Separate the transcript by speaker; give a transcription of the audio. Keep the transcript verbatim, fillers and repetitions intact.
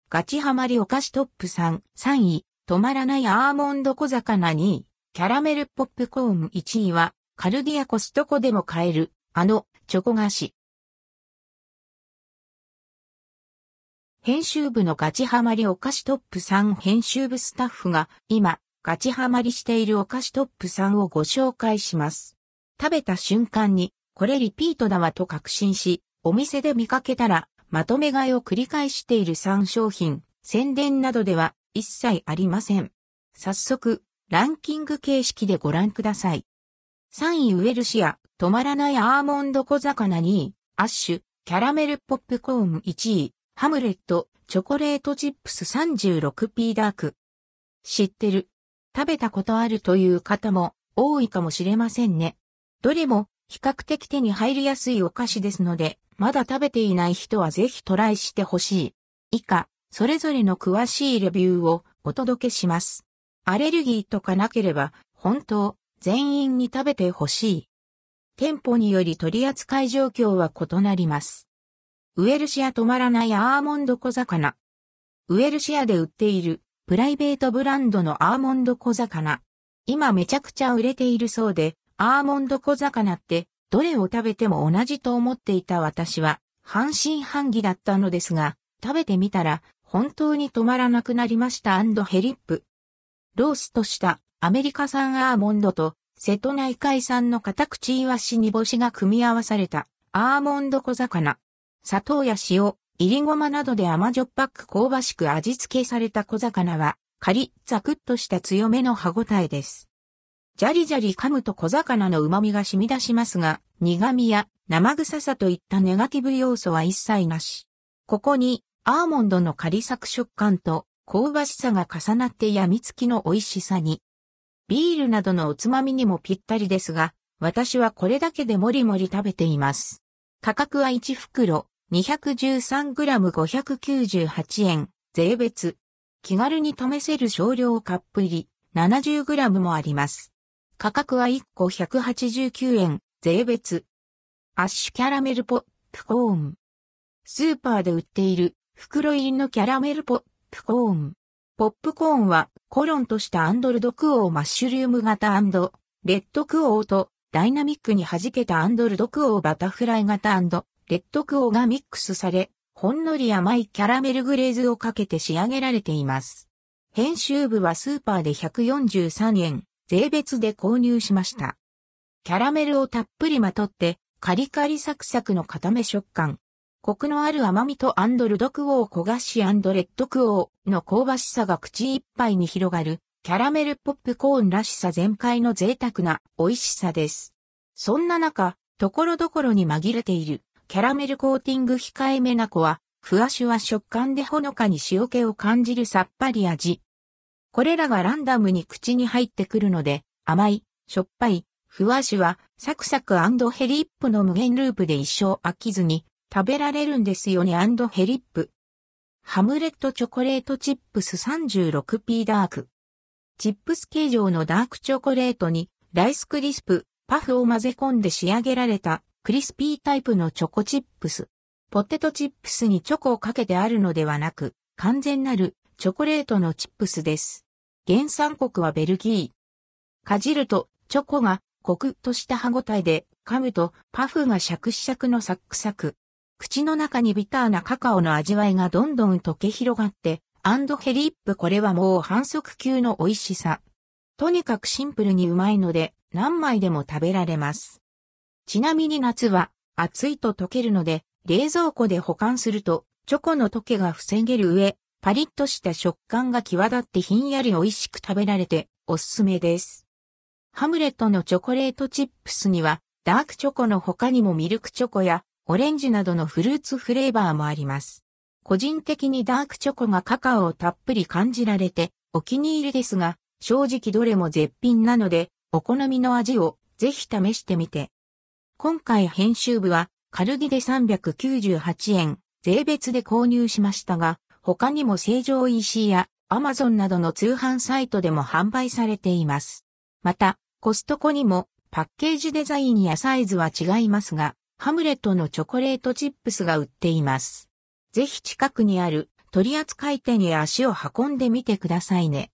Speaker 1: ガチハマりお菓子トップさん、さんい、止まらないアーモンド小魚にい、キャラメルポップコーンいちいは、カルディやコストコでも買える、あの、チョコ菓子。編集部のガチハマりお菓子トップさん編集部スタッフが、今、ガチハマりしているお菓子トップさんをご紹介します。食べた瞬間に、これリピートだわと確信し、お店で見かけたら、まとめ買いを繰り返しているさん商品、宣伝などでは一切ありません。早速、ランキング形式でご覧ください。さんいウエルシア、止まらないアーモンド小魚にい、アッシュ、キャラメルポップコーンいちい、ハムレット、チョコレートチップス さんじゅうろくピー ダーク。知ってる。食べたことあるという方も多いかもしれませんね。どれも比較的手に入りやすいお菓子ですので、まだ食べていない人はぜひトライしてほしい。以下、それぞれの詳しいレビューをお届けします。アレルギーとかなければ、本当、全員に食べてほしい。店舗により取り扱い状況は異なります。ウエルシア止まらないアーモンド小魚。ウエルシアで売っているプライベートブランドのアーモンド小魚。今めちゃくちゃ売れているそうで、アーモンド小魚ってどれを食べても同じと思っていた私は半信半疑だったのですが、食べてみたら本当に止まらなくなりました&ヘリップ。ローストしたアメリカ産アーモンドと瀬戸内海産のカタクチイワシ煮干しが組み合わされたアーモンド小魚。砂糖や塩、いりごまなどで甘じょっぱく香ばしく味付けされた小魚はカリッザクッとした強めの歯ごたえです。ジャリジャリ噛むと小魚の旨味が染み出しますが、苦味や生臭さといったネガティブ要素は一切なし。ここにアーモンドのカリサク食感と香ばしさが重なってやみつきの美味しさに。ビールなどのおつまみにもぴったりですが、私はこれだけでもりもり食べています。価格はいちふくろ、にひゃくじゅうさんグラムごひゃくきゅうじゅうはちえん、税別。気軽に試せる少量カップ入り、ななじゅうグラムもあります。価格はいっこひゃくはちじゅうきゅうえん、税別。アッシュキャラメルポップコーン。スーパーで売っている袋入りのキャラメルポップコーン。ポップコーンはコロンとしたアンドルドクオーマッシュリウム型&レッドクオーとダイナミックに弾けたアンドルドクオーバタフライ型&レッドクオーがミックスされ、ほんのり甘いキャラメルグレーズをかけて仕上げられています。編集部はスーパーでひゃくよんじゅうさんえん。税別で購入しました。キャラメルをたっぷりまとって、カリカリサクサクの固め食感。コクのある甘みとアンドルドクオー焦がし&レッドクオーの香ばしさが口いっぱいに広がる、キャラメルポップコーンらしさ全開の贅沢な美味しさです。そんな中、ところどころに紛れている、キャラメルコーティング控えめな子は、ふわしゅわ食感でほのかに塩気を感じるさっぱり味。これらがランダムに口に入ってくるので、甘い、しょっぱい、ふわしは、サクサク&ヘリップの無限ループで一生飽きずに食べられるんですよね&ヘリップ。ハムレットチョコレートチップス さんじゅうろくピー ダーク。チップス形状のダークチョコレートにライスクリスプ、パフを混ぜ込んで仕上げられたクリスピータイプのチョコチップス。ポテトチップスにチョコをかけてあるのではなく、完全なるチョコレートのチップスです。原産国はベルギー。かじるとチョコがコクッとした歯ごたえで、噛むとパフがシャクシャクのサックサク。口の中にビターなカカオの味わいがどんどん溶け広がって、アンドヘリップこれはもう反則級の美味しさ。とにかくシンプルにうまいので何枚でも食べられます。ちなみに夏は暑いと溶けるので冷蔵庫で保管するとチョコの溶けが防げる上、パリッとした食感が際立ってひんやり美味しく食べられておすすめです。ハムレットのチョコレートチップスにはダークチョコの他にもミルクチョコやオレンジなどのフルーツフレーバーもあります。個人的にダークチョコがカカオをたっぷり感じられてお気に入りですが、正直どれも絶品なのでお好みの味をぜひ試してみて。今回編集部はカルディでさんびゃくきゅうじゅうはちえん税別で購入しましたが、他にも成城石井やアマゾンなどの通販サイトでも販売されています。また、コストコにもパッケージデザインやサイズは違いますが、ハムレットのチョコレートチップスが売っています。ぜひ近くにある取扱店へ足を運んでみてくださいね。